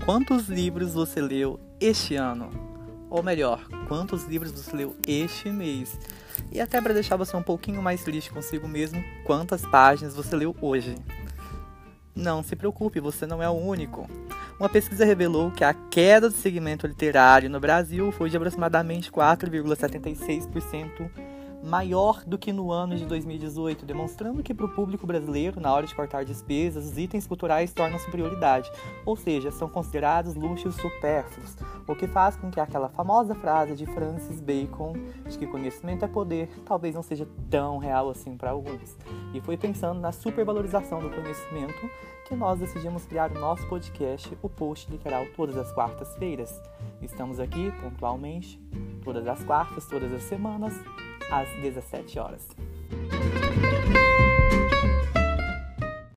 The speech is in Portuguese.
Quantos livros você leu este ano? Ou melhor, quantos livros você leu este mês? E até para deixar você um pouquinho mais triste consigo mesmo, quantas páginas você leu hoje? Não se preocupe, você não é o único. Uma pesquisa revelou que a queda do segmento literário no Brasil foi de aproximadamente 4,76% maior do que no ano de 2018, demonstrando que para o público brasileiro, na hora de cortar despesas, os itens culturais tornam-se prioridade, ou seja, são considerados luxos supérfluos, o que faz com que aquela famosa frase de Francis Bacon, de que conhecimento é poder, talvez não seja tão real assim para alguns. E foi pensando na supervalorização do conhecimento que nós decidimos criar o nosso podcast, o Post Literal, todas as quartas-feiras. Estamos aqui pontualmente, todas as quartas, todas as semanas, às 17 horas.